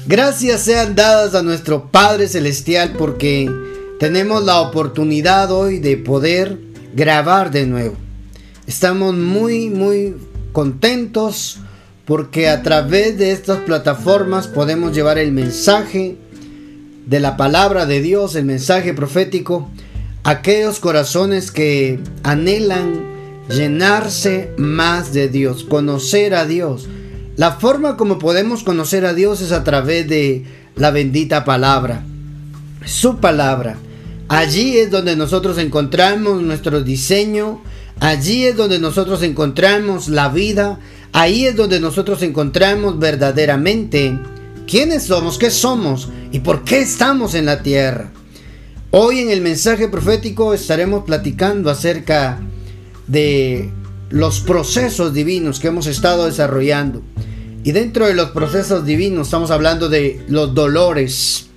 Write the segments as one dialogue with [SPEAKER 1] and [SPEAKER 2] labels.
[SPEAKER 1] Gracias sean dadas a nuestro Padre Celestial porque tenemos la oportunidad hoy de poder grabar de nuevo. Estamos muy contentos porque a través de estas plataformas podemos llevar el mensaje de la palabra de Dios, el mensaje profético, a aquellos corazones que anhelan llenarse más de Dios, conocer a Dios. La forma como podemos conocer a Dios es a través de la bendita palabra, su palabra. Allí es donde nosotros encontramos nuestro diseño, allí es donde nosotros encontramos la vida, ahí es donde nosotros encontramos verdaderamente quiénes somos, qué somos y por qué estamos en la tierra. Hoy en el mensaje profético estaremos platicando acerca de los procesos divinos que hemos estado desarrollando. Y dentro de los procesos divinos estamos hablando de los dolores.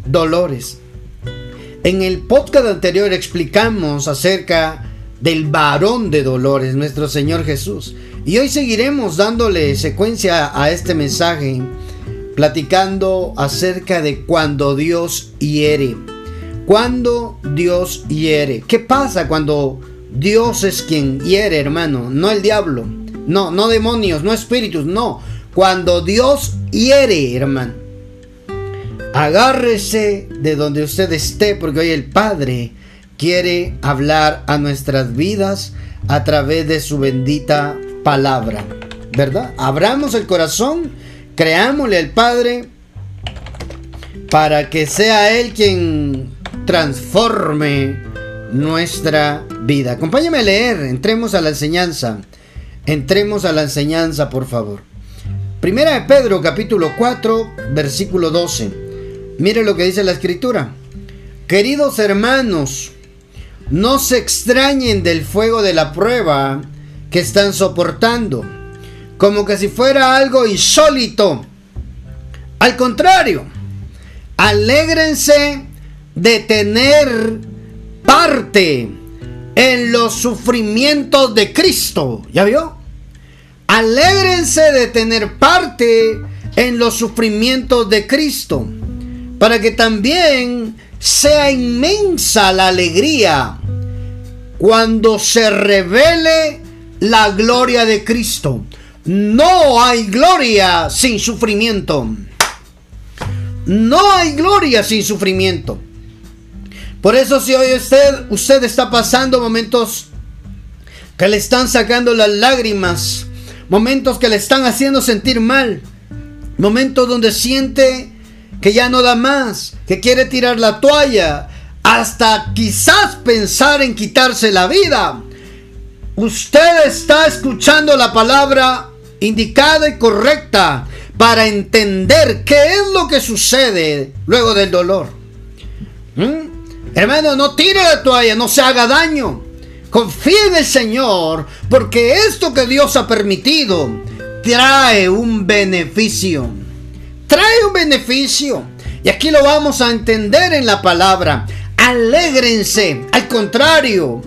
[SPEAKER 1] En el podcast anterior explicamos acerca del varón de dolores, nuestro Señor Jesús. Y hoy seguiremos dándole secuencia a este mensaje, platicando acerca de cuando Dios hiere. Cuando Dios hiere. ¿Qué pasa cuando Dios es quien hiere, hermano? No el diablo, no demonios, no espíritus, no. Cuando Dios hiere, hermano, agárrese de donde usted esté, porque hoy el Padre quiere hablar a nuestras vidas a través de su bendita palabra, ¿verdad? Abramos el corazón, creámosle al Padre para que sea Él quien transforme nuestra vida. Acompáñame a leer, entremos a la enseñanza, por favor. Primera de Pedro, capítulo 4, versículo 12. Mire lo que dice la escritura. Queridos hermanos, no se extrañen del fuego de la prueba que están soportando, como que si fuera algo insólito. Al contrario, alégrense de tener parte en los sufrimientos de Cristo. ¿Ya vio? Alégrense de tener parte en los sufrimientos de Cristo, para que también sea inmensa la alegría cuando se revele la gloria de Cristo. No hay gloria sin sufrimiento. No hay gloria sin sufrimiento. Por eso si hoy usted está pasando momentos que le están sacando las lágrimas, momentos que le están haciendo sentir mal, momentos donde siente que ya no da más, que quiere tirar la toalla, hasta quizás pensar en quitarse la vida, usted está escuchando la palabra indicada y correcta para entender qué es lo que sucede luego del dolor. Hermano, no tire la toalla, no se haga daño. Confíe en el Señor, porque esto que Dios ha permitido trae un beneficio. Trae un beneficio. Y aquí lo vamos a entender en la palabra. Alégrense. Al contrario,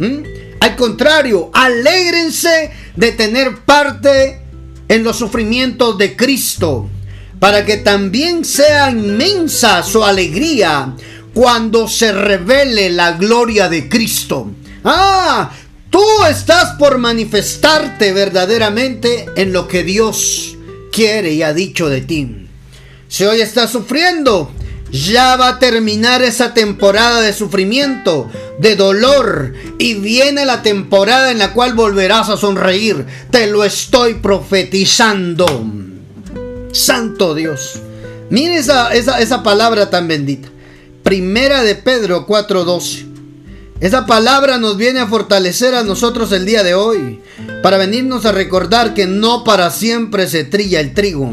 [SPEAKER 1] alégrense de tener parte en los sufrimientos de Cristo, para que también sea inmensa su alegría cuando se revele la gloria de Cristo. Tú estás por manifestarte verdaderamente en lo que Dios quiere y ha dicho de ti. Si hoy estás sufriendo, ya va a terminar esa temporada de sufrimiento, de dolor, y viene la temporada en la cual volverás a sonreír. Te lo estoy profetizando. Santo Dios. Mire esa palabra tan bendita. Primera de Pedro 4:12. Esa palabra nos viene a fortalecer a nosotros el día de hoy, para venirnos a recordar que no para siempre se trilla el trigo.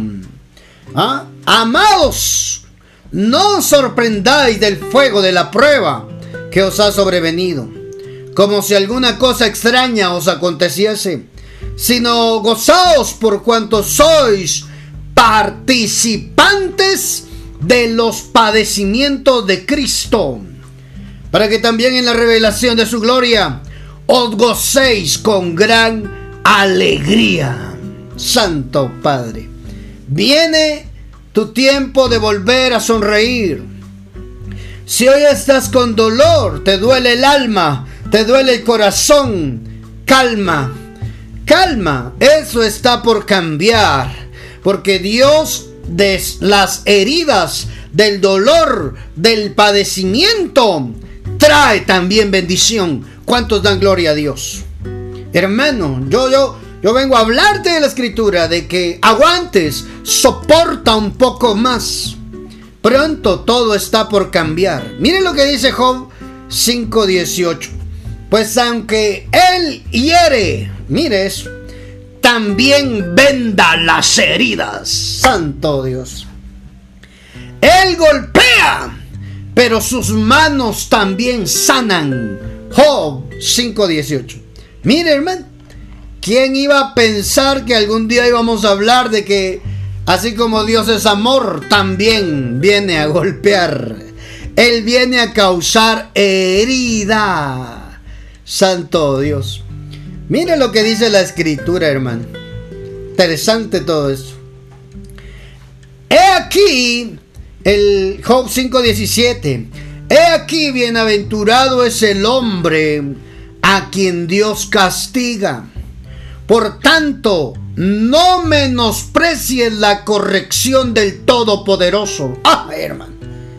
[SPEAKER 1] Amados, no os sorprendáis del fuego de la prueba que os ha sobrevenido, como si alguna cosa extraña os aconteciese, sino gozaos por cuanto sois participantes de los padecimientos de Cristo, para que también en la revelación de su gloria os gocéis con gran alegría. Santo Padre, viene tu tiempo de volver a sonreír. Si hoy estás con dolor, te duele el alma, te duele el corazón, calma, calma, eso está por cambiar, porque Dios de las heridas, del dolor, del padecimiento, trae también bendición. ¿Cuántos dan gloria a Dios? Hermano, yo vengo a hablarte de la escritura, de que aguantes, soporta un poco más. Pronto todo está por cambiar. Miren lo que dice Job 5:18. Pues aunque él hiere, mire eso, también venda las heridas. Santo Dios. Él golpea, pero sus manos también sanan. Job 5:18. Mire, hermano, ¿quién iba a pensar que algún día íbamos a hablar de que así como Dios es amor, también viene a golpear? Él viene a causar herida. Santo Dios. Mire lo que dice la escritura, hermano. Interesante todo esto. He aquí, el Job 5:17. He aquí, bienaventurado es el hombre a quien Dios castiga. Por tanto, no menosprecies la corrección del Todopoderoso. Ah, hermano.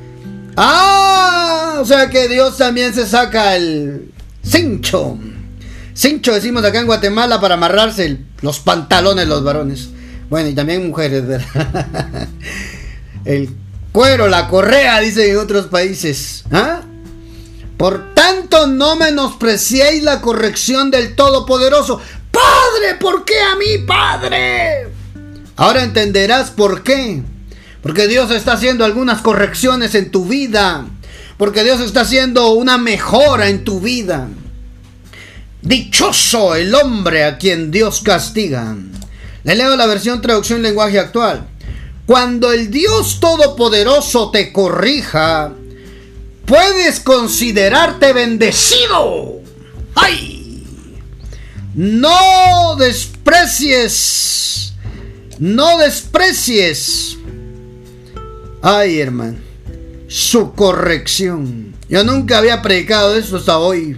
[SPEAKER 1] O sea que Dios también se saca el cincho. Cincho decimos acá en Guatemala para amarrarse los pantalones los varones. Bueno, y también mujeres, ¿verdad? El cuero, la correa, dicen en otros países. Por tanto, no menospreciéis la corrección del Todopoderoso. Padre, ¿por qué a mí, Padre? Ahora entenderás por qué. Porque Dios está haciendo algunas correcciones en tu vida. Porque Dios está haciendo una mejora en tu vida. Dichoso el hombre a quien Dios castiga. Le leo la versión traducción lenguaje actual. Cuando el Dios Todopoderoso te corrija, puedes considerarte bendecido. ¡Ay! No desprecies. No desprecies. Ay, hermano, su corrección. Yo nunca había predicado esto hasta hoy.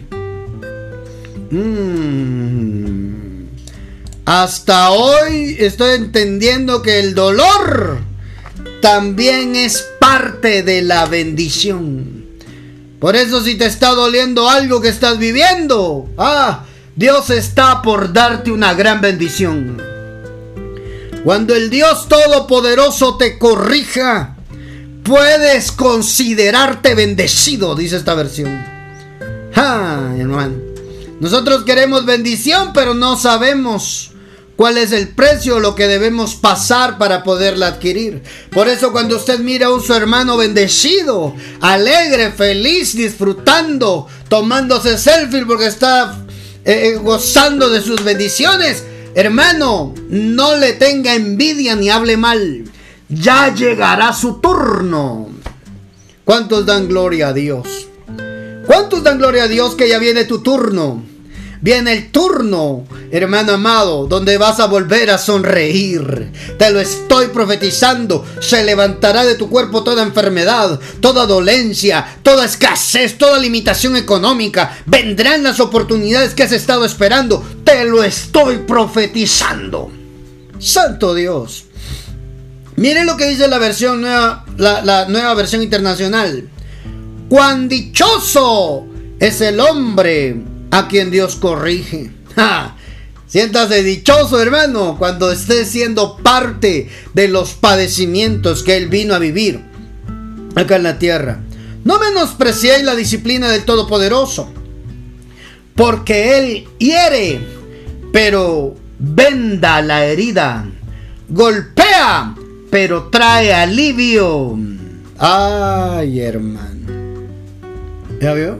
[SPEAKER 1] Hasta hoy estoy entendiendo que el dolor también es parte de la bendición. Por eso, si te está doliendo algo que estás viviendo, Dios está por darte una gran bendición. Cuando el Dios Todopoderoso te corrija, puedes considerarte bendecido, dice esta versión. Hermano, nosotros queremos bendición, pero no sabemos cuál es el precio, lo que debemos pasar para poderla adquirir. Por eso, cuando usted mira a su hermano bendecido, alegre, feliz, disfrutando, tomándose selfie porque está gozando de sus bendiciones, hermano, no le tenga envidia ni hable mal. Ya llegará su turno. ¿Cuántos dan gloria a Dios? ¿Cuántos dan gloria a Dios que ya viene tu turno? Viene el turno, hermano amado, donde vas a volver a sonreír. Te lo estoy profetizando. Se levantará de tu cuerpo toda enfermedad, toda dolencia, toda escasez, toda limitación económica. Vendrán las oportunidades que has estado esperando. Te lo estoy profetizando. Santo Dios. Miren lo que dice la versión nueva, la nueva versión internacional. Cuán dichoso es el hombre a quien Dios corrige. Siéntase dichoso, hermano, cuando esté siendo parte de los padecimientos que Él vino a vivir acá en la tierra. No menospreciéis la disciplina del Todopoderoso, porque Él hiere, pero venda la herida. Golpea, pero trae alivio. Ay, hermano. ¿Ya vio?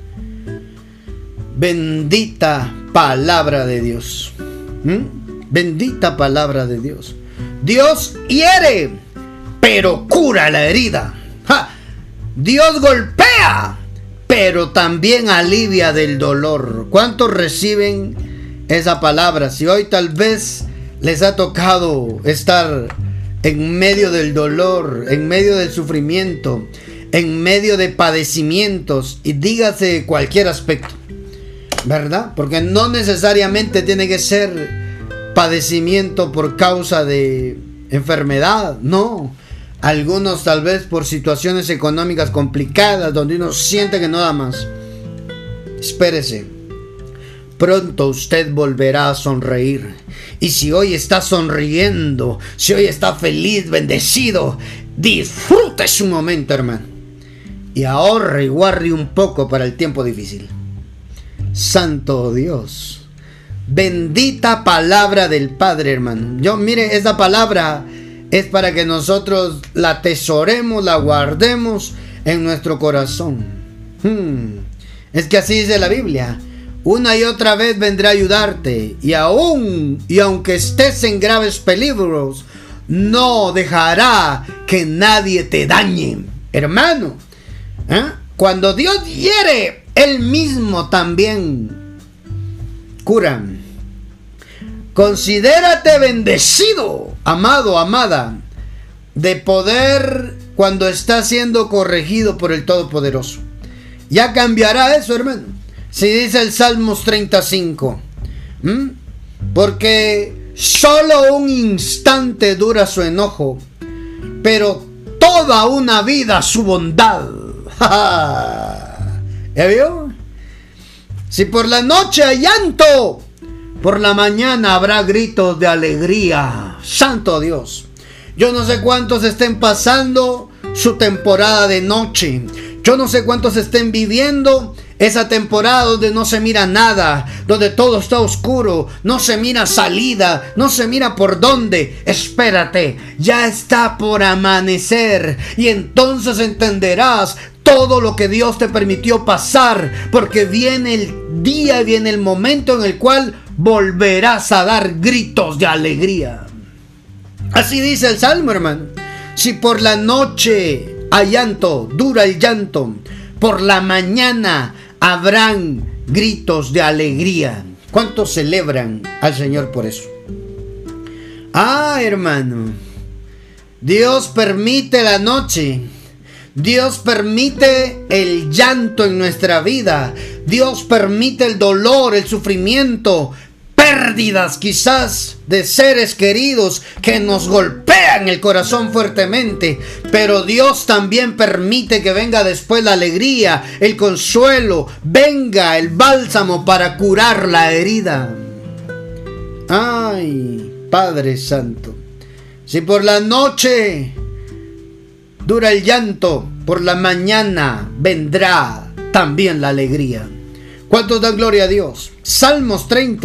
[SPEAKER 1] Bendita palabra de Dios. Bendita palabra de Dios. Dios hiere, pero cura la herida. Dios golpea, pero también alivia del dolor. ¿Cuántos reciben esa palabra? Si hoy tal vez les ha tocado estar en medio del dolor, en medio del sufrimiento, en medio de padecimientos, y dígase cualquier aspecto, ¿verdad? Porque no necesariamente tiene que ser padecimiento por causa de enfermedad, no. Algunos tal vez por situaciones económicas complicadas, donde uno siente que no da más. Espérese, pronto usted volverá a sonreír. Y si hoy está sonriendo, si hoy está feliz, bendecido, disfrute su momento, hermano, y ahorre y guarde un poco para el tiempo difícil. Santo Dios, bendita palabra del Padre, hermano. Mire, esta palabra es para que nosotros la atesoremos, la guardemos en nuestro corazón. Es que así dice la Biblia: una y otra vez vendrá a ayudarte, y aunque estés en graves peligros, no dejará que nadie te dañe. Hermano, cuando Dios hiere, Él mismo también cura. Considérate bendecido, amado, amada, de poder cuando estás siendo corregido por el Todopoderoso. Ya cambiará eso, hermano. Si dice el Salmos 35, porque solo un instante dura su enojo, pero toda una vida su bondad. ¿Ya vio? Si por la noche hay llanto, por la mañana habrá gritos de alegría. Santo Dios. Yo no sé cuántos estén pasando su temporada de noche. Yo no sé cuántos estén viviendo esa temporada donde no se mira nada, donde todo está oscuro, no se mira salida, no se mira por dónde. Espérate, ya está por amanecer, y entonces entenderás todo lo que Dios te permitió pasar, porque viene el día, viene el momento en el cual volverás a dar gritos de alegría. Así dice el Salmo, hermano. Si por la noche hay llanto, dura el llanto, por la mañana habrán gritos de alegría. ¿Cuántos celebran al Señor por eso? Hermano, Dios permite la noche. Dios permite el llanto en nuestra vida. Dios permite el dolor, el sufrimiento, pérdidas quizás de seres queridos que nos golpean el corazón fuertemente. Pero Dios también permite que venga después la alegría, el consuelo, venga el bálsamo para curar la herida. Ay, Padre Santo, si por la noche dura el llanto, por la mañana vendrá también la alegría. ¿Cuántos dan gloria a Dios? Salmos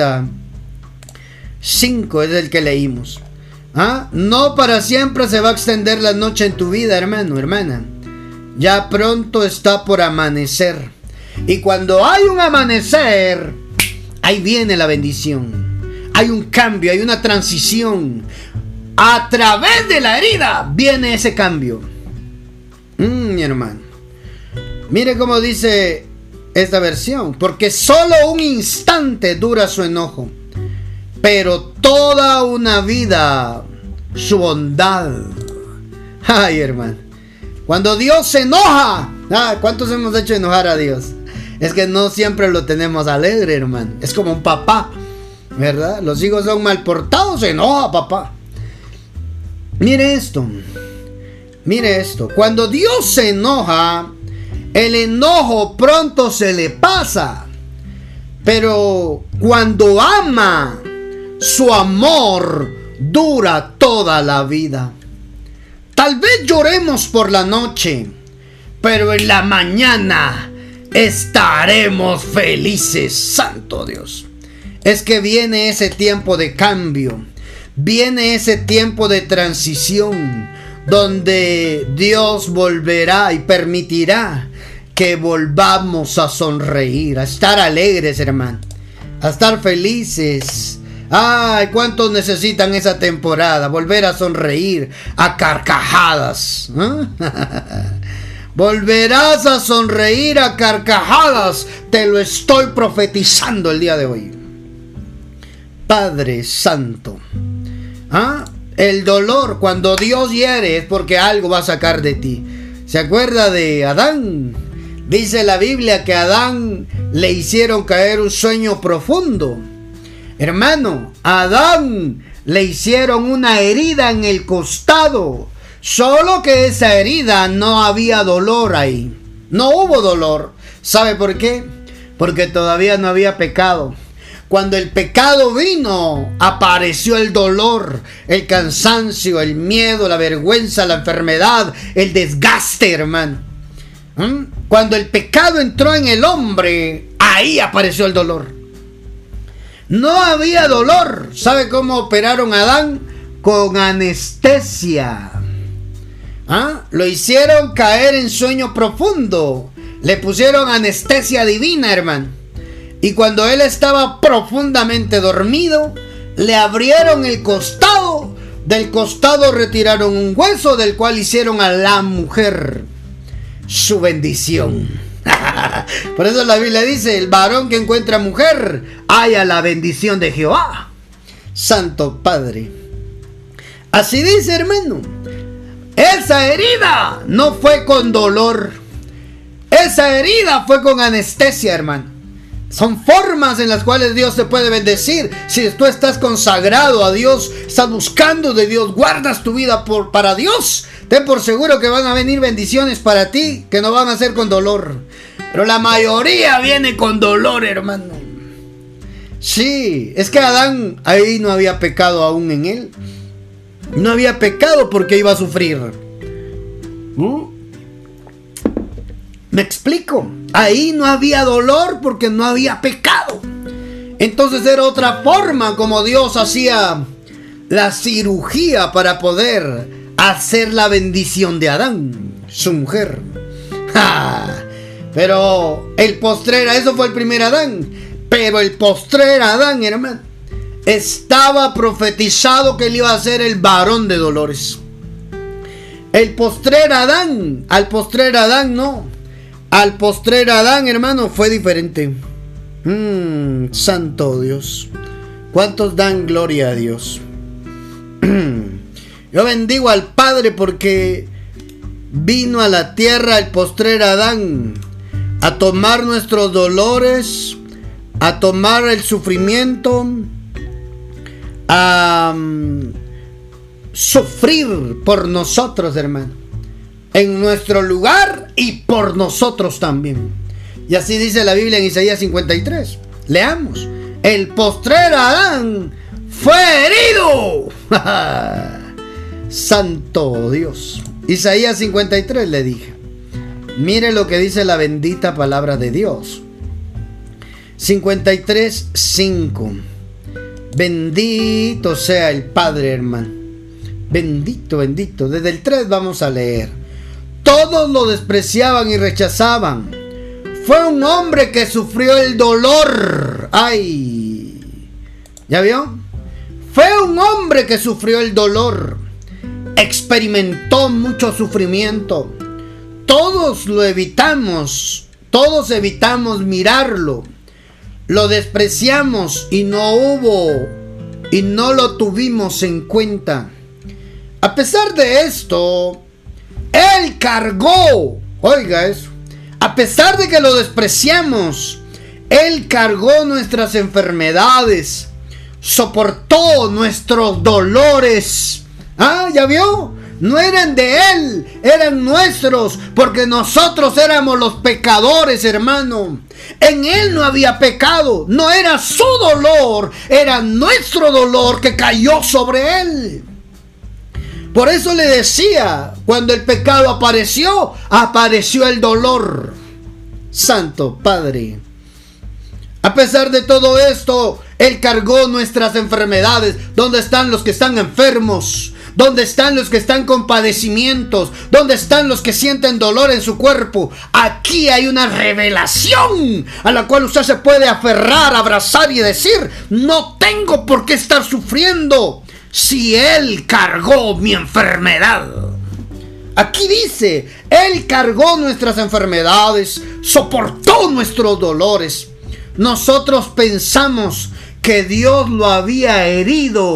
[SPEAKER 1] 35 es el que leímos. No para siempre se va a extender la noche en tu vida, hermano, hermana. Ya pronto está por amanecer. Y cuando hay un amanecer, ahí viene la bendición. Hay un cambio, hay una transición. A través de la herida viene ese cambio. Mi hermano, mire cómo dice esta versión: porque solo un instante dura su enojo, pero toda una vida su bondad. Ay, hermano, cuando Dios se enoja, ¿cuántos hemos hecho enojar a Dios? Es que no siempre lo tenemos alegre, hermano. Es como un papá, ¿verdad? Los hijos son mal portados, se enoja papá. Mire esto. Mire esto, cuando Dios se enoja, el enojo pronto se le pasa. Pero cuando ama, su amor dura toda la vida. Tal vez lloremos por la noche, pero en la mañana estaremos felices. Santo Dios. Es que viene ese tiempo de cambio, viene ese tiempo de transición, donde Dios volverá y permitirá que volvamos a sonreír, a estar alegres, hermano, a estar felices. Ay, ¿cuántos necesitan esa temporada? Volver a sonreír a carcajadas. Volverás a sonreír a carcajadas. Te lo estoy profetizando el día de hoy. Padre Santo. El dolor, cuando Dios hiere, es porque algo va a sacar de ti. ¿Se acuerda de Adán? Dice la Biblia que a Adán le hicieron caer un sueño profundo. Hermano, a Adán le hicieron una herida en el costado. Solo que esa herida no había dolor ahí. No hubo dolor. ¿Sabe por qué? Porque todavía no había pecado. Cuando el pecado vino, apareció el dolor, el cansancio, el miedo, la vergüenza, la enfermedad, el desgaste, hermano. Cuando el pecado entró en el hombre, ahí apareció el dolor. No había dolor. ¿Sabe cómo operaron a Adán? Con anestesia. Lo hicieron caer en sueño profundo. Le pusieron anestesia divina, hermano. Y cuando él estaba profundamente dormido, le abrieron el costado. Del costado retiraron un hueso, del cual hicieron a la mujer su bendición. Por eso la Biblia dice: el varón que encuentra mujer halla la bendición de Jehová. Santo Padre. Así dice, hermano. Esa herida no fue con dolor. Esa herida fue con anestesia, hermano. Son formas en las cuales Dios te puede bendecir. Si tú estás consagrado a Dios, estás buscando de Dios, guardas tu vida para Dios, ten por seguro que van a venir bendiciones para ti, que no van a ser con dolor. Pero la mayoría viene con dolor, hermano. Sí, es que Adán ahí no había pecado aún en él. No había pecado porque iba a sufrir. ¿Me explico? Ahí no había dolor porque no había pecado. Entonces era otra forma como Dios hacía la cirugía para poder hacer la bendición de Adán, su mujer. Pero el postrer, eso fue el primer Adán. Pero el postrer Adán, hermano, estaba profetizado que él iba a ser el varón de dolores. El postrer Adán, al postrer Adán no. Al postrer Adán, hermano, fue diferente. Santo Dios. ¿Cuántos dan gloria a Dios? Yo bendigo al Padre porque vino a la tierra el postrer Adán a tomar nuestros dolores, a tomar el sufrimiento, a sufrir por nosotros, hermano. En nuestro lugar y por nosotros también. Y así dice la Biblia en Isaías 53. Leamos. El postrer Adán fue herido. Santo Dios. Isaías 53 le dije. Mire lo que dice la bendita palabra de Dios. 53:5. Bendito sea el Padre, hermano. Bendito, bendito. Desde el 3 vamos a leer. Todos lo despreciaban y rechazaban. Fue un hombre que sufrió el dolor. ¡Ay! ¿Ya vio? Fue un hombre que sufrió el dolor. Experimentó mucho sufrimiento. Todos lo evitamos. Todos evitamos mirarlo. Lo despreciamos y no lo tuvimos en cuenta. A pesar de esto, Él cargó, oiga eso, a pesar de que lo despreciamos, Él cargó nuestras enfermedades, soportó nuestros dolores. ¿Ya vio? No eran de Él, eran nuestros, porque nosotros éramos los pecadores, hermano. En Él no había pecado, no era su dolor, era nuestro dolor que cayó sobre Él. Por eso le decía, cuando el pecado apareció, apareció el dolor. Santo Padre. A pesar de todo esto, Él cargó nuestras enfermedades. ¿Dónde están los que están enfermos? ¿Dónde están los que están con padecimientos? ¿Dónde están los que sienten dolor en su cuerpo? Aquí hay una revelación a la cual usted se puede aferrar, abrazar y decir: no tengo por qué estar sufriendo si Él cargó mi enfermedad. Aquí dice: Él cargó nuestras enfermedades, soportó nuestros dolores. Nosotros pensamos que Dios lo había herido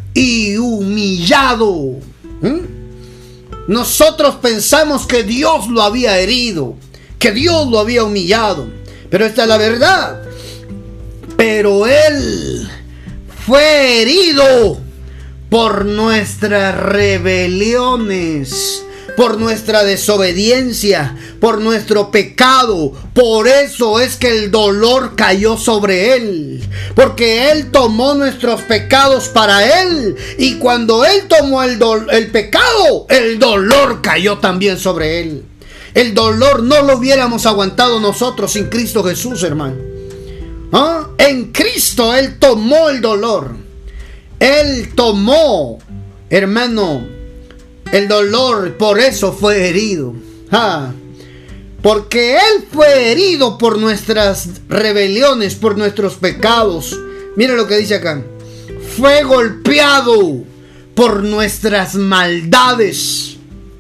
[SPEAKER 1] y humillado. Nosotros pensamos que Dios lo había herido, que Dios lo había humillado, pero esta es la verdad. Pero Él fue herido por nuestras rebeliones, por nuestra desobediencia, por nuestro pecado. Por eso es que el dolor cayó sobre Él, porque Él tomó nuestros pecados para Él, y cuando Él tomó el pecado, el dolor cayó también sobre Él. El dolor no lo hubiéramos aguantado nosotros sin Cristo Jesús, hermano. En Cristo Él tomó el dolor. Él tomó, hermano, el dolor, por eso fue herido. Porque Él fue herido por nuestras rebeliones, por nuestros pecados. Mira lo que dice acá. Fue golpeado por nuestras maldades.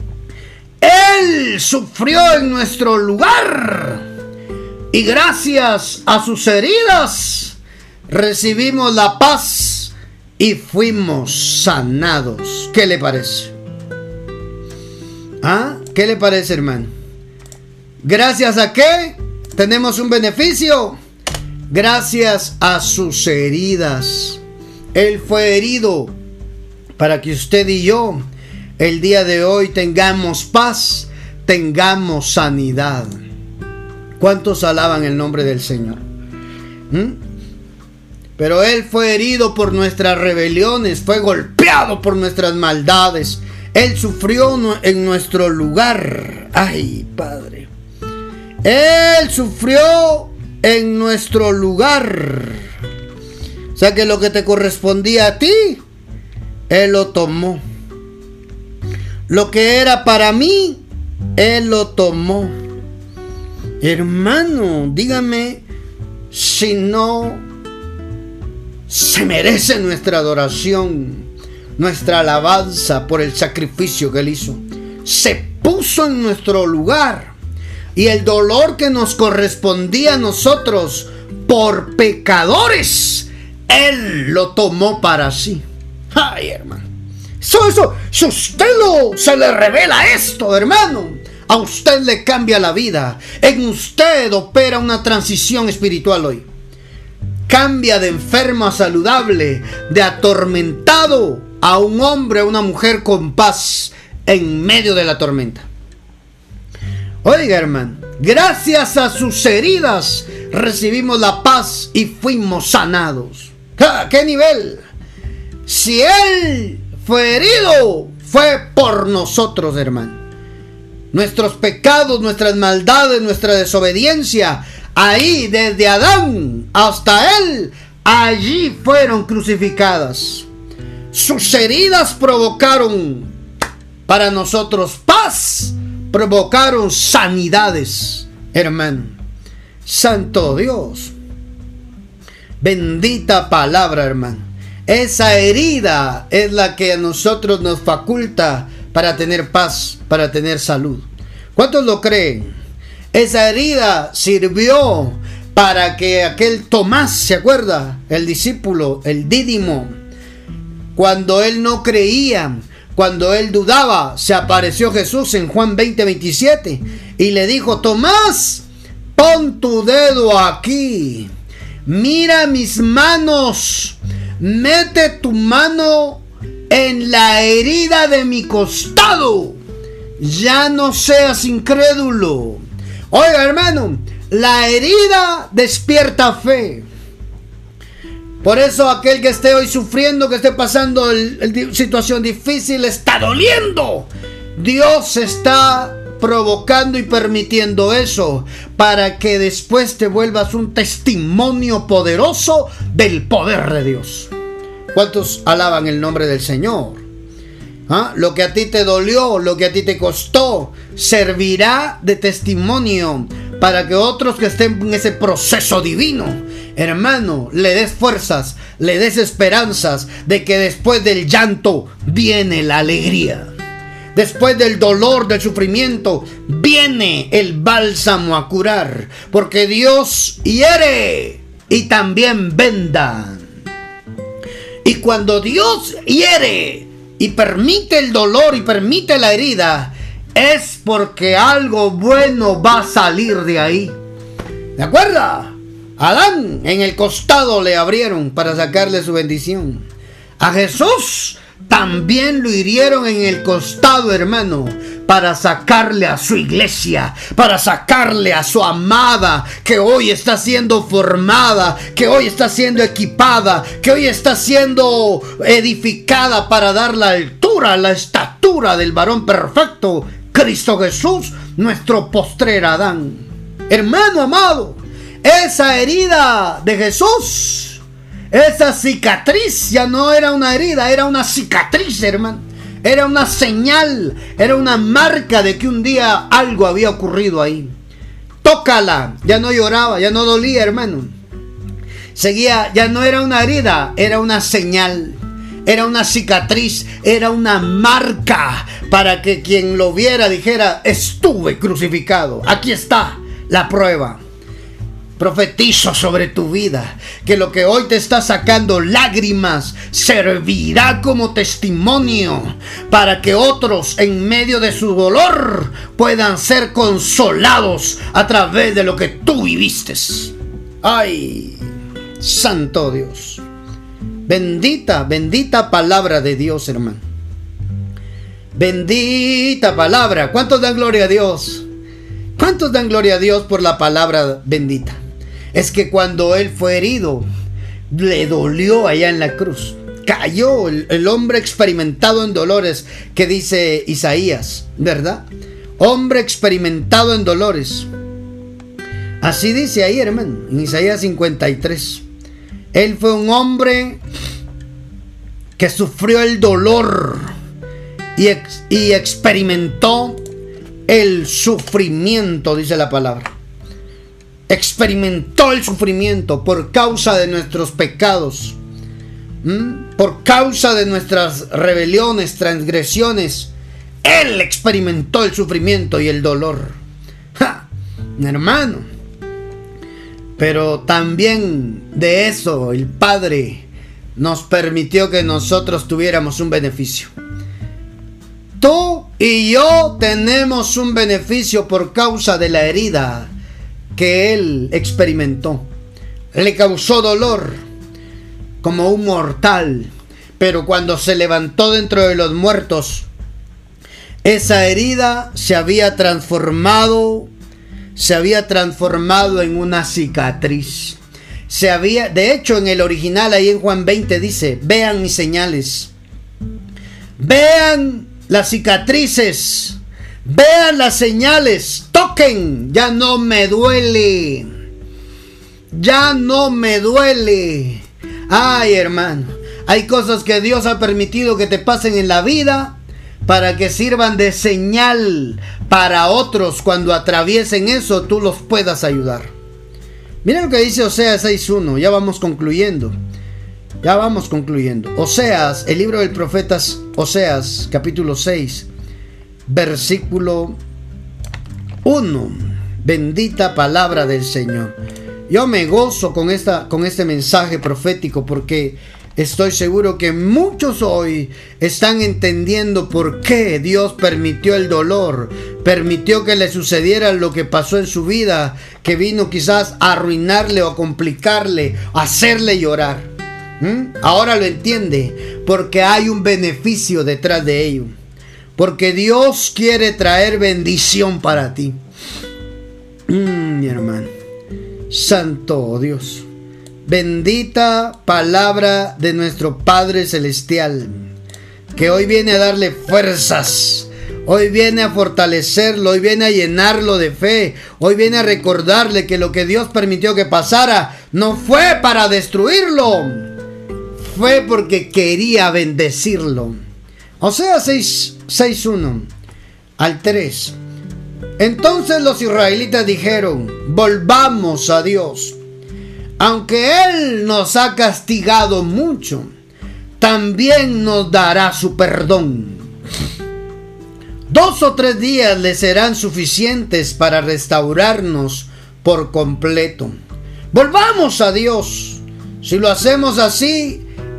[SPEAKER 1] Él sufrió en nuestro lugar. Y gracias a sus heridas recibimos la paz y fuimos sanados. ¿Qué le parece? ¿Qué le parece, hermano? ¿Gracias a qué tenemos un beneficio? Gracias a sus heridas. Él fue herido para que usted y yo el día de hoy tengamos paz, tengamos sanidad. ¿Cuántos alaban el nombre del Señor? Pero Él fue herido por nuestras rebeliones, fue golpeado por nuestras maldades. Él sufrió en nuestro lugar. Ay, Padre. Él sufrió en nuestro lugar. O sea que lo que te correspondía a ti, Él lo tomó. Lo que era para mí, Él lo tomó. Hermano, dígame si no se merece nuestra adoración, nuestra alabanza por el sacrificio que Él hizo. Se puso en nuestro lugar, y el dolor que nos correspondía a nosotros por pecadores, Él lo tomó para sí. Ay, hermano, eso, si usted se le revela esto, hermano, a usted le cambia la vida. En usted opera una transición espiritual hoy. Cambia de enfermo a saludable, de atormentado a un hombre, a una mujer con paz en medio de la tormenta. Oiga, hermano, gracias a sus heridas recibimos la paz y fuimos sanados. ¿Qué nivel? Si Él fue herido, fue por nosotros, hermano. Nuestros pecados, nuestras maldades, nuestra desobediencia, ahí desde Adán hasta Él, allí fueron crucificadas. Sus heridas provocaron para nosotros paz, provocaron sanidades, hermano. Santo Dios, bendita palabra, hermano. Esa herida es la que a nosotros nos faculta para tener paz, para tener salud. ¿Cuántos lo creen? Esa herida sirvió para que aquel Tomás, ¿se acuerda? El discípulo, el Dídimo, cuando él no creía, cuando él dudaba, se apareció Jesús en Juan 20:27 y le dijo: Tomás, pon tu dedo aquí, mira mis manos, mete tu mano en la herida de mi costado, ya no seas incrédulo. Oiga, hermano, la herida despierta fe. Por eso aquel que esté hoy sufriendo, que esté pasando situación difícil, está doliendo. Dios está provocando y permitiendo eso para que después te vuelvas un testimonio poderoso del poder de Dios. ¿Cuántos alaban el nombre del Señor? Lo que a ti te dolió, lo que a ti te costó, servirá de testimonio para que otros que estén en ese proceso divino, hermano, le des fuerzas, le des esperanzas de que después del llanto viene la alegría. Después del dolor, del sufrimiento, viene el bálsamo a curar, porque Dios hiere y también venda. Y cuando Dios hiere y permite el dolor y permite la herida, es porque algo bueno va a salir de ahí. ¿De acuerdo? Adán en el costado le abrieron para sacarle su bendición. A Jesús también lo hirieron en el costado, hermano, para sacarle a su iglesia, para sacarle a su amada, que hoy está siendo formada, que hoy está siendo equipada, que hoy está siendo edificada para dar la altura, la estatura del varón perfecto, Cristo Jesús, nuestro postrer Adán. Hermano amado, esa herida de Jesús, esa cicatriz ya no era una herida, era una cicatriz, hermano. Era una señal, era una marca de que un día algo había ocurrido ahí. Tócala, ya no lloraba, ya no dolía, hermano. Seguía, ya no era una herida, era una señal, era una cicatriz, era una marca para que quien lo viera dijera: estuve crucificado, aquí está la prueba. Profetizo sobre tu vida que lo que hoy te está sacando lágrimas servirá como testimonio para que otros en medio de su dolor puedan ser consolados a través de lo que tú viviste. Ay, santo Dios. Bendita, bendita palabra de Dios, hermano. Bendita palabra. ¿Cuántos dan gloria a Dios? ¿Cuántos dan gloria a Dios por la palabra bendita? Es que cuando él fue herido, le dolió allá en la cruz. Cayó el hombre experimentado en dolores, que dice Isaías, ¿verdad? Hombre experimentado en dolores. Así dice ahí, hermano, en Isaías 53. Él fue un hombre que sufrió el dolor y experimentó el sufrimiento, dice la palabra. Experimentó el sufrimiento por causa de nuestros pecados, por causa de nuestras rebeliones, transgresiones. Él experimentó el sufrimiento y el dolor. ¡Ja! Hermano. Pero también de eso el Padre nos permitió que nosotros tuviéramos un beneficio. Tú y yo tenemos un beneficio por causa de la herida que él experimentó. Le causó dolor como un mortal, pero cuando se levantó dentro de los muertos, esa herida se había transformado en una cicatriz. De hecho, en el original, ahí en Juan 20 dice: vean mis señales, vean las cicatrices, vean las señales, toquen, ya no me duele, ya no me duele. Ay, hermano, hay cosas que Dios ha permitido que te pasen en la vida para que sirvan de señal para otros. Cuando atraviesen eso, tú los puedas ayudar. Mira lo que dice Oseas 6:1. Ya vamos concluyendo. Oseas, el libro del profeta Oseas, capítulo 6, versículo 1. Bendita palabra del Señor. Yo me gozo con este mensaje profético, porque estoy seguro que muchos hoy están entendiendo por qué Dios permitió el dolor, permitió que le sucediera lo que pasó en su vida, que vino quizás a arruinarle o a complicarle, a hacerle llorar. Ahora lo entiende, porque hay un beneficio detrás de ello, porque Dios quiere traer bendición para ti. Mi hermano, santo Dios. Bendita palabra de nuestro Padre Celestial, que hoy viene a darle fuerzas, hoy viene a fortalecerlo, hoy viene a llenarlo de fe, hoy viene a recordarle que lo que Dios permitió que pasara no fue para destruirlo, fue porque quería bendecirlo. Oseas 6:1 al 3. Entonces los israelitas dijeron: volvamos a Dios. Aunque Él nos ha castigado mucho, también nos dará su perdón. 2 o 3 días le serán suficientes para restaurarnos por completo. Volvamos a Dios. Si lo hacemos así,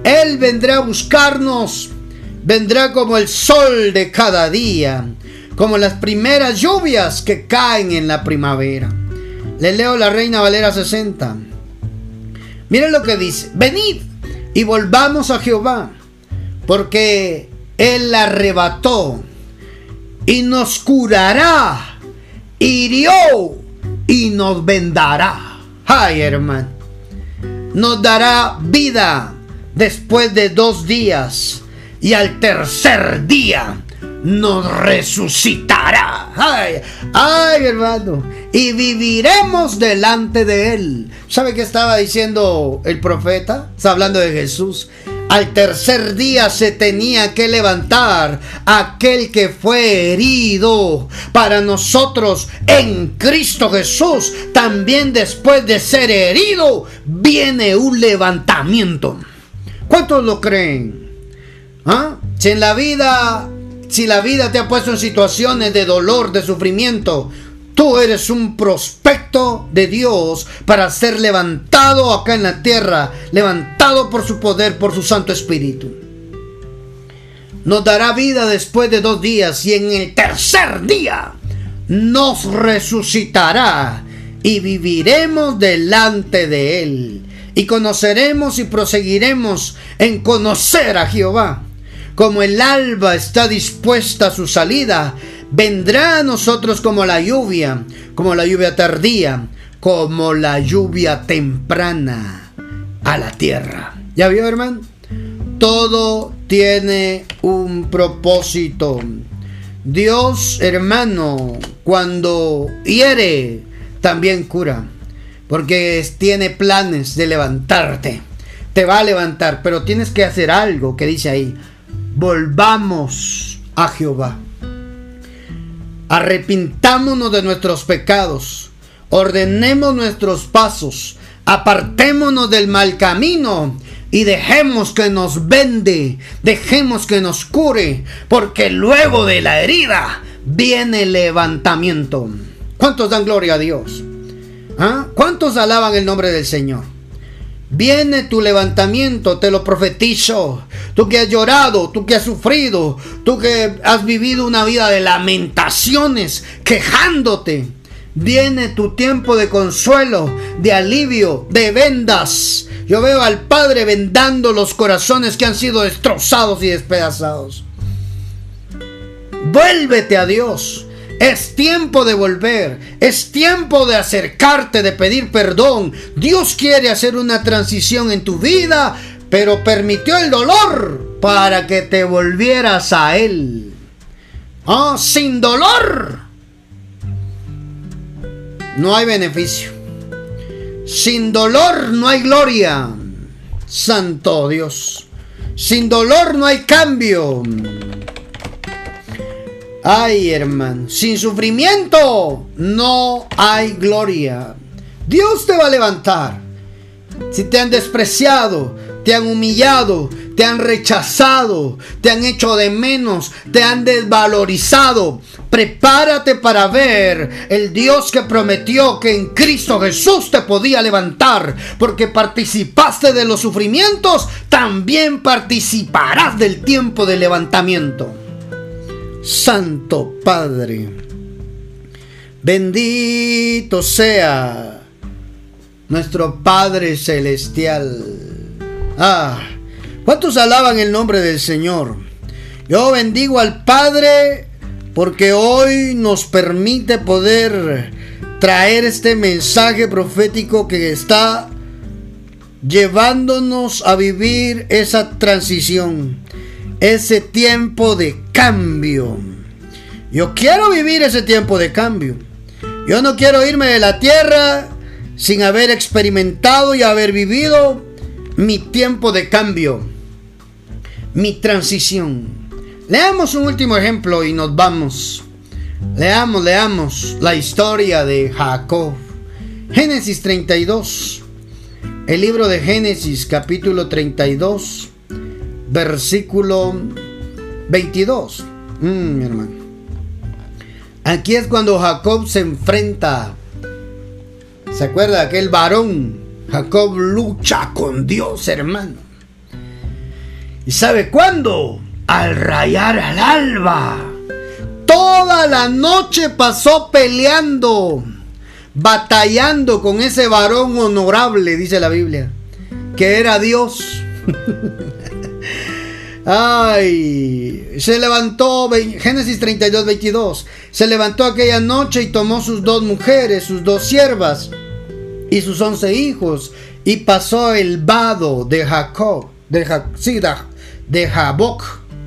[SPEAKER 1] Él vendrá a buscarnos. Vendrá como el sol de cada día, como las primeras lluvias que caen en la primavera. Le leo la Reina Valera 60. Miren lo que dice: venid y volvamos a Jehová, porque Él la arrebató y nos curará, hirió y nos vendará. Ay, hermano, nos dará vida después de 2 días, y al tercer día nos resucitará. Ay, ay, hermano, y viviremos delante de Él. ¿Sabe qué estaba diciendo el profeta? Está hablando de Jesús. Al tercer día se tenía que levantar aquel que fue herido para nosotros en Cristo Jesús. También después de ser herido viene un levantamiento. ¿Cuántos lo creen? ¿Ah? Si la vida te ha puesto en situaciones de dolor, de sufrimiento, tú eres un prospecto de Dios para ser levantado acá en la tierra, levantado por su poder, por su Santo Espíritu. Nos dará vida después de 2 días, y en el tercer día nos resucitará y viviremos delante de Él, y conoceremos y proseguiremos en conocer a Jehová. Como el alba está dispuesta a su salida, vendrá a nosotros como la lluvia tardía, como la lluvia temprana a la tierra. ¿Ya vio, hermano? Todo tiene un propósito. Dios, hermano, cuando hiere, también cura, porque tiene planes de levantarte. Te va a levantar, pero tienes que hacer algo que dice ahí: volvamos a Jehová. Arrepintámonos de nuestros pecados, ordenemos nuestros pasos, apartémonos del mal camino y dejemos que nos vende, dejemos que nos cure, porque luego de la herida viene el levantamiento. ¿Cuántos dan gloria a Dios? ¿Ah? ¿Cuántos alaban el nombre del Señor? Viene tu levantamiento, te lo profetizo. Tú que has llorado, tú que has sufrido, tú que has vivido una vida de lamentaciones, quejándote, viene tu tiempo de consuelo, de alivio, de vendas. Yo veo al Padre vendando los corazones que han sido destrozados y despedazados. Vuélvete a Dios. Es tiempo de volver, es tiempo de acercarte, de pedir perdón. Dios quiere hacer una transición en tu vida, pero permitió el dolor para que te volvieras a Él. Oh, sin dolor no hay beneficio. Sin dolor no hay gloria. Santo Dios. Sin dolor no hay cambio. Ay, hermano, sin sufrimiento no hay gloria. Dios te va a levantar. Si te han despreciado, te han humillado, te han rechazado, te han hecho de menos, te han desvalorizado, prepárate para ver el Dios que prometió que en Cristo Jesús te podía levantar. Porque participaste de los sufrimientos, también participarás del tiempo de levantamiento. Santo Padre, bendito sea nuestro Padre Celestial. ¿Cuántos alaban el nombre del Señor? Yo bendigo al Padre porque hoy nos permite poder traer este mensaje profético que está llevándonos a vivir esa transición, ese tiempo de cambio. Yo quiero vivir ese tiempo de cambio. Yo no quiero irme de la tierra sin haber experimentado y haber vivido mi tiempo de cambio, mi transición. Leamos un último ejemplo y nos vamos. Leamos la historia de Jacob. Génesis 32. El libro de Génesis, capítulo 32, versículo 22. Mi hermano. Aquí es cuando Jacob se enfrenta. ¿Se acuerda de aquel varón? Jacob lucha con Dios, hermano. ¿Y sabe cuándo? Al rayar al alba. Toda la noche pasó peleando, batallando con ese varón honorable, dice la Biblia, que era Dios. Ay, se levantó, Génesis 32, 22. Se levantó aquella noche y tomó sus 2 mujeres, sus 2 siervas y sus 11 hijos, y pasó el vado de Jacob, de Jaboc.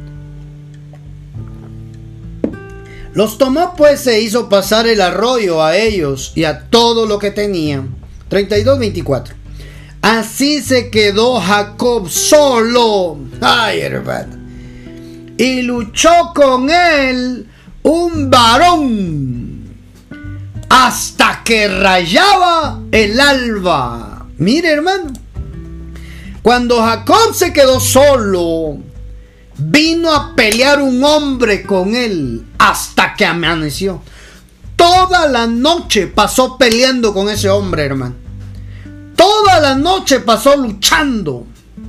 [SPEAKER 1] Los tomó pues e hizo pasar el arroyo a ellos y a todo lo que tenían. 32, 24. Así se quedó Jacob solo. Ay, hermano. Y luchó con él un varón hasta que rayaba el alba. Mire, hermano. Cuando Jacob se quedó solo, vino a pelear un hombre con él hasta que amaneció. Toda la noche pasó peleando con ese hombre, hermano. Toda la noche pasó luchando.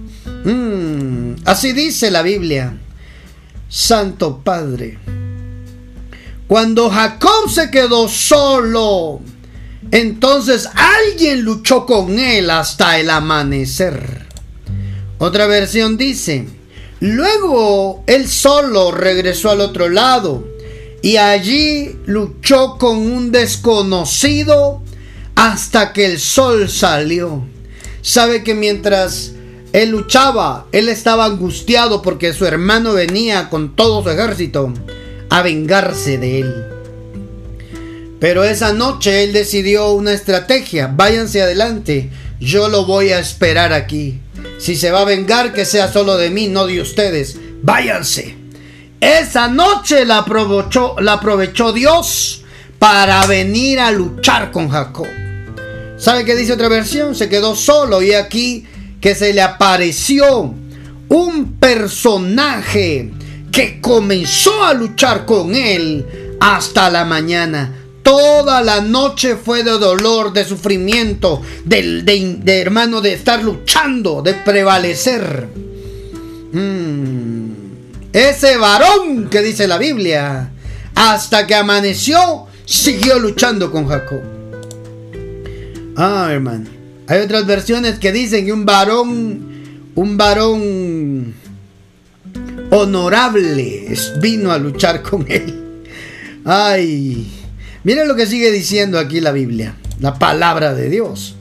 [SPEAKER 1] Así dice la Biblia. Santo Padre. Cuando Jacob se quedó solo, entonces alguien luchó con él hasta el amanecer. Otra versión dice: luego él solo regresó al otro lado y allí luchó con un desconocido hasta que el sol salió. Sabe que mientras él luchaba, él estaba angustiado porque su hermano venía con todo su ejército a vengarse de él. Pero esa noche él decidió una estrategia: váyanse adelante, yo lo voy a esperar aquí. Si se va a vengar, que sea solo de mí, no de ustedes. Váyanse. Esa noche la aprovechó Dios para venir a luchar con Jacob. ¿Sabe qué dice otra versión? Se quedó solo y aquí que se le apareció un personaje que comenzó a luchar con él hasta la mañana. Toda la noche fue de dolor, de sufrimiento, de hermano, de estar luchando, de prevalecer. Ese varón que dice la Biblia, hasta que amaneció, siguió luchando con Jacob. Hermano, hay otras versiones que dicen que un varón honorable vino a luchar con él. Ay, miren lo que sigue diciendo aquí la Biblia, la palabra de Dios.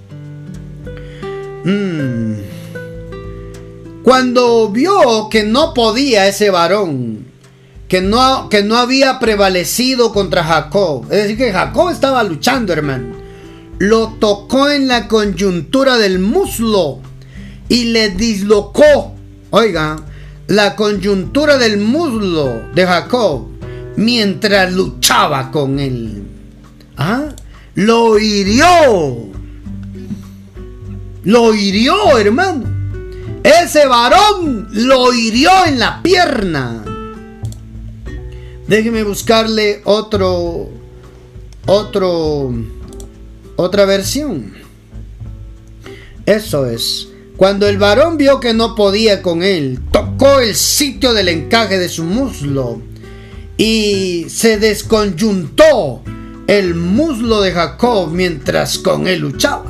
[SPEAKER 1] Cuando vio que no podía ese varón, que no había prevalecido contra Jacob, es decir, que Jacob estaba luchando, hermano, lo tocó en la coyuntura del muslo y le dislocó, oiga, la coyuntura del muslo de Jacob mientras luchaba con él. Lo hirió, hermano. Ese varón lo hirió en la pierna. Déjeme buscarle otra versión. Eso es. Cuando el varón vio que no podía con él, tocó el sitio del encaje de su muslo y se desconyuntó el muslo de Jacob mientras con él luchaba.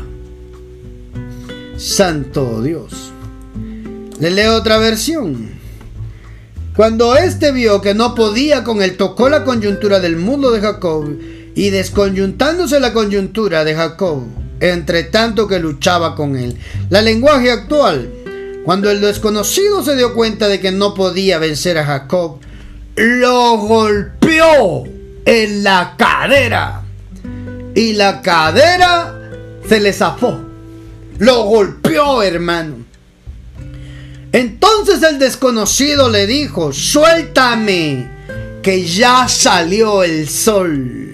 [SPEAKER 1] Santo Dios. Le leo otra versión. Cuando éste vio que no podía con él, tocó la coyuntura del muslo de Jacob y desconyuntándose la coyuntura de Jacob, entre tanto que luchaba con él. La lenguaje actual. Cuando el desconocido se dio cuenta de que no podía vencer a Jacob, lo golpeó en la cadera y la cadera se le zafó. Lo golpeó, hermano. Entonces el desconocido le dijo: suéltame, que ya salió el sol.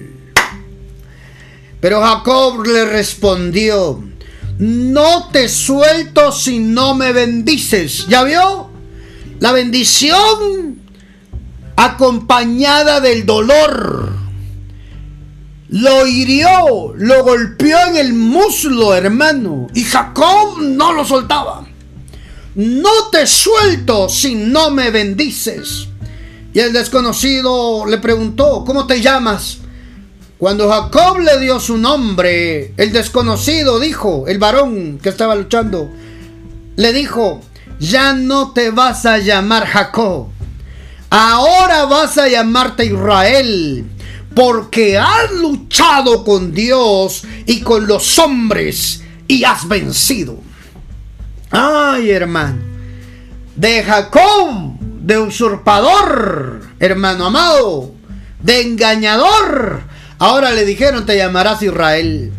[SPEAKER 1] Pero Jacob le respondió: no te suelto si no me bendices. ¿Ya vio? La bendición acompañada del dolor. Lo hirió, lo golpeó en el muslo, hermano. Y Jacob no lo soltaba. no te suelto si no me bendices. Y el desconocido le preguntó, ¿cómo te llamas? Cuando Jacob le dio su nombre, el desconocido dijo, el varón que estaba luchando, le dijo, ya no te vas a llamar Jacob, ahora vas a llamarte Israel, porque has luchado con Dios y con los hombres y has vencido. Ay, hermano, de Jacob, de usurpador, hermano amado, de engañador, ahora le dijeron, te llamarás Israel.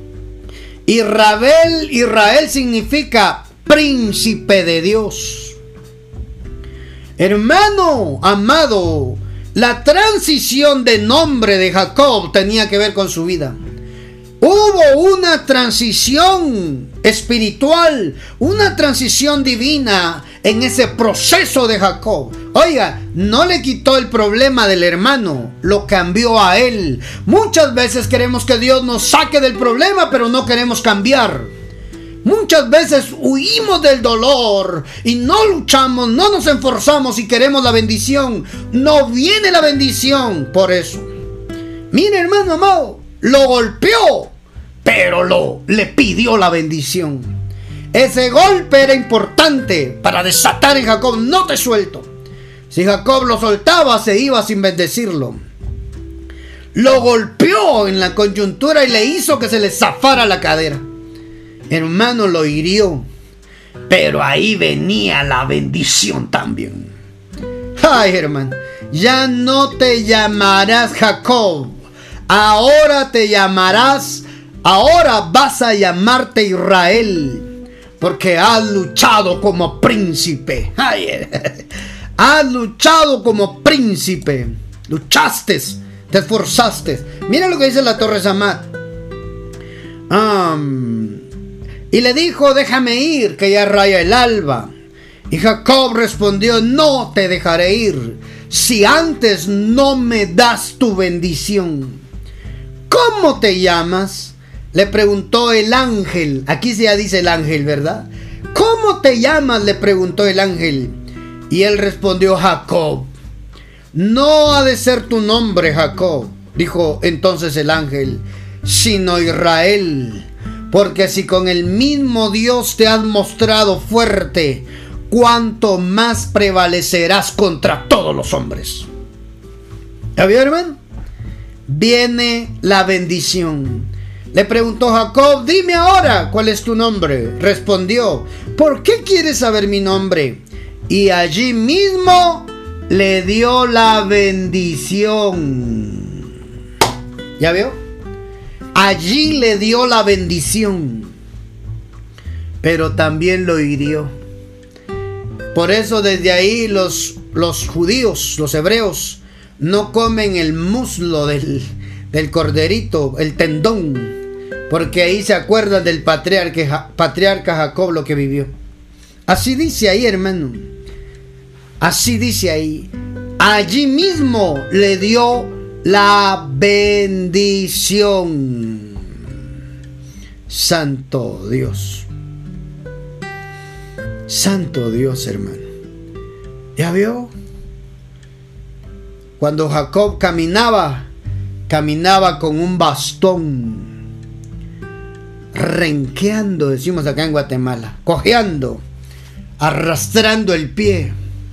[SPEAKER 1] Israel significa príncipe de Dios. Hermano amado, la transición de nombre de Jacob tenía que ver con su vida. Hubo una transición espiritual, una transición divina en ese proceso de Jacob. Oiga, no le quitó el problema del hermano, lo cambió a él. Muchas veces queremos que Dios nos saque del problema, pero no queremos cambiar. Muchas veces huimos del dolor y no luchamos, no nos esforzamos y queremos la bendición. No viene la bendición por eso. Mire, hermano amado, lo golpeó, pero le pidió la bendición. Ese golpe era importante para desatar en Jacob, no te suelto. Si Jacob lo soltaba, se iba sin bendecirlo. Lo golpeó en la coyuntura y le hizo que se le zafara la cadera. Hermano, lo hirió, pero ahí venía la bendición también. Ay, hermano, ya no te llamarás Jacob, ahora vas a llamarte Israel, porque has luchado como príncipe. Ay, has luchado como príncipe, luchaste, te esforzaste. Mira lo que dice la Torre Samat. Y le dijo, déjame ir, que ya raya el alba. Y Jacob respondió, no te dejaré ir, si antes no me das tu bendición. ¿Cómo te llamas? Le preguntó el ángel. Aquí ya dice el ángel, ¿verdad? ¿Cómo te llamas? Le preguntó el ángel. Y él respondió, Jacob. No ha de ser tu nombre, Jacob, dijo entonces el ángel, sino Israel. Porque si con el mismo Dios te has mostrado fuerte, cuánto más prevalecerás contra todos los hombres. ¿Ya vio, hermano? Viene la bendición. Le preguntó Jacob, dime ahora, ¿cuál es tu nombre? Respondió, ¿por qué quieres saber mi nombre? Y allí mismo le dio la bendición. ¿Ya vio? Allí le dio la bendición, pero también lo hirió. Por eso desde ahí los judíos, los hebreos, no comen el muslo del corderito, el tendón, porque ahí se acuerdan del patriarca Jacob lo que vivió. Así dice ahí, hermano. Así dice ahí. Allí mismo le dio la bendición. Santo Dios. Santo Dios, hermano. ¿Ya vio? Cuando Jacob caminaba con un bastón, renqueando, decimos acá en Guatemala, cojeando, arrastrando el pie.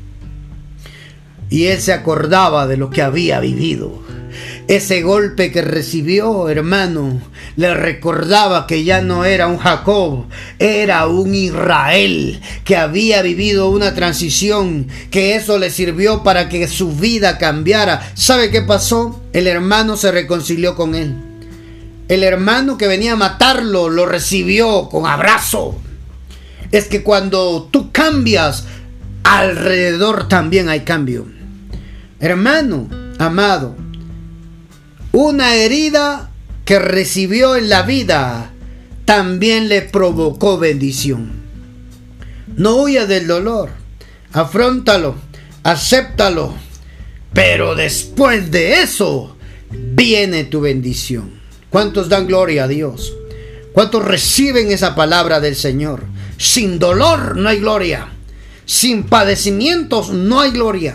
[SPEAKER 1] Y él se acordaba de lo que había vivido. Ese golpe que recibió, hermano, le recordaba que ya no era un Jacob, era un Israel, que había vivido una transición, que eso le sirvió para que su vida cambiara. ¿Sabe qué pasó? El hermano se reconcilió con él. El hermano que venía a matarlo lo recibió con abrazo. Es que cuando tú cambias, alrededor también hay cambio. Hermano amado, una herida que recibió en la vida también le provocó bendición. No huyas del dolor, afróntalo, acéptalo, pero después de eso viene tu bendición. ¿Cuántos dan gloria a Dios? ¿Cuántos reciben esa palabra del Señor? Sin dolor no hay gloria. Sin padecimientos no hay gloria.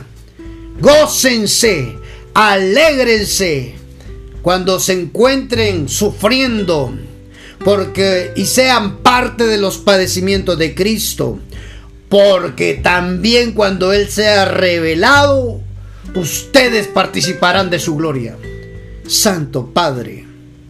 [SPEAKER 1] Gócense, alégrense cuando se encuentren sufriendo, porque y sean parte de los padecimientos de Cristo, porque también cuando Él sea revelado, ustedes participarán de su gloria. Santo Padre,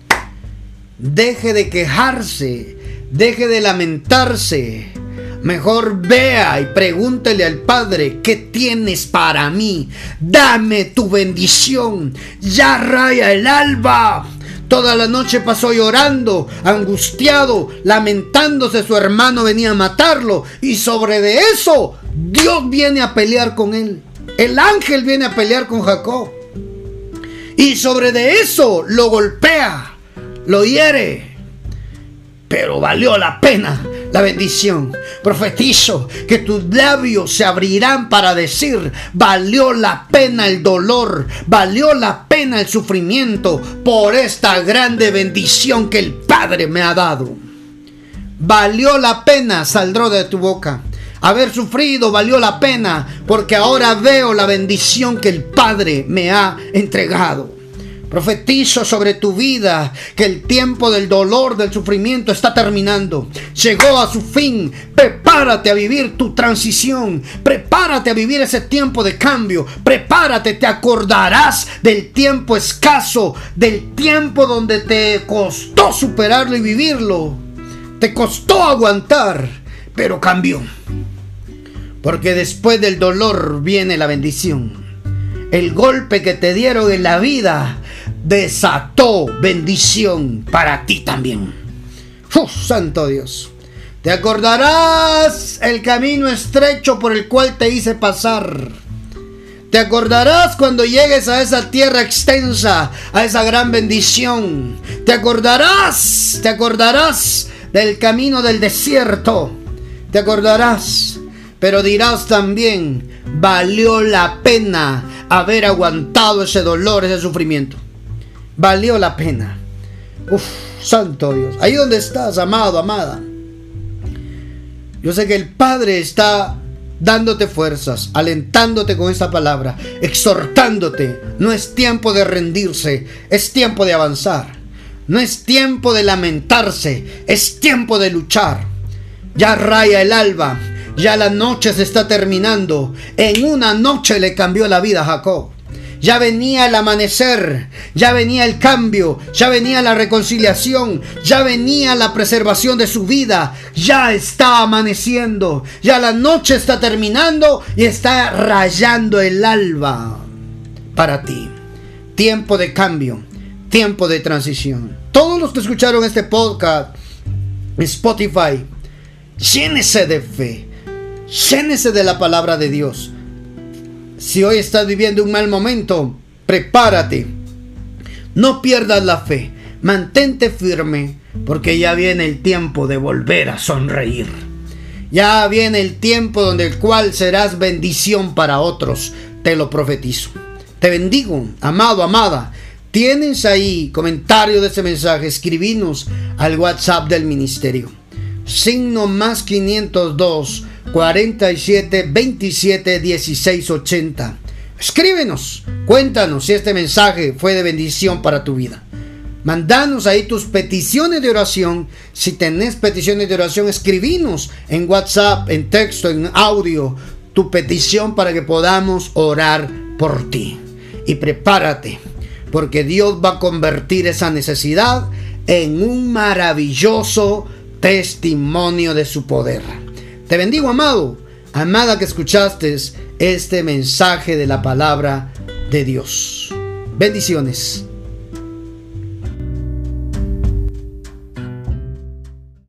[SPEAKER 1] deje de quejarse, deje de lamentarse. Mejor vea y pregúntele al Padre: ¿qué tienes para mí? Dame tu bendición. Ya raya el alba. Toda la noche pasó llorando, angustiado, lamentándose. Su hermano venía a matarlo, y sobre de eso Dios viene a pelear con él. El ángel viene a pelear con Jacob, y sobre de eso lo golpea, lo hiere. Pero valió la pena la bendición. Profetizo que tus labios se abrirán para decir: valió la pena el dolor, valió la pena el sufrimiento por esta grande bendición que el Padre me ha dado. Valió la pena, saldrá de tu boca. Haber sufrido valió la pena, porque ahora veo la bendición que el Padre me ha entregado. Profetizo sobre tu vida que el tiempo del dolor, del sufrimiento está terminando. Llegó a su fin. Prepárate a vivir tu transición. Prepárate a vivir ese tiempo de cambio. Prepárate, te acordarás del tiempo escaso, del tiempo donde te costó superarlo y vivirlo. Te costó aguantar, pero cambió. Porque después del dolor viene la bendición. El golpe que te dieron en la vida desató bendición para ti también. Santo Dios. Te acordarás el camino estrecho por el cual te hice pasar. Te acordarás cuando llegues a esa tierra extensa, a esa gran bendición. Te acordarás del camino del desierto. Te acordarás, pero dirás también: valió la pena haber aguantado ese dolor, ese sufrimiento. Valió la pena. Santo Dios. Ahí donde estás, amado, amada. Yo sé que el Padre está dándote fuerzas, alentándote con esta palabra, exhortándote. No es tiempo de rendirse, es tiempo de avanzar. No es tiempo de lamentarse, es tiempo de luchar. Ya raya el alba, ya la noche se está terminando. En una noche le cambió la vida a Jacob. Ya venía el amanecer, ya venía el cambio, ya venía la reconciliación, ya venía la preservación de su vida. Ya está amaneciendo, ya la noche está terminando y está rayando el alba para ti. Tiempo de cambio, tiempo de transición. Todos los que escucharon este podcast en Spotify, llénese de fe, llénese de la palabra de Dios. Si hoy estás viviendo un mal momento, prepárate. No pierdas la fe. Mantente firme, porque ya viene el tiempo de volver a sonreír. Ya viene el tiempo donde el cual serás bendición para otros. Te lo profetizo. Te bendigo, amado, amada. Tienes ahí comentario de este mensaje. Escribinos al WhatsApp del ministerio. Signo más 502 47 27 16 80. Escríbenos, cuéntanos si este mensaje fue de bendición para tu vida. Mandanos ahí tus peticiones de oración. Si tenés peticiones de oración, escribinos en WhatsApp, en texto, en audio, tu petición para que podamos orar por ti. Y prepárate, porque Dios va a convertir esa necesidad en un maravilloso testimonio de su poder. Te bendigo, amado, amada, que escuchaste este mensaje de la palabra de Dios. Bendiciones.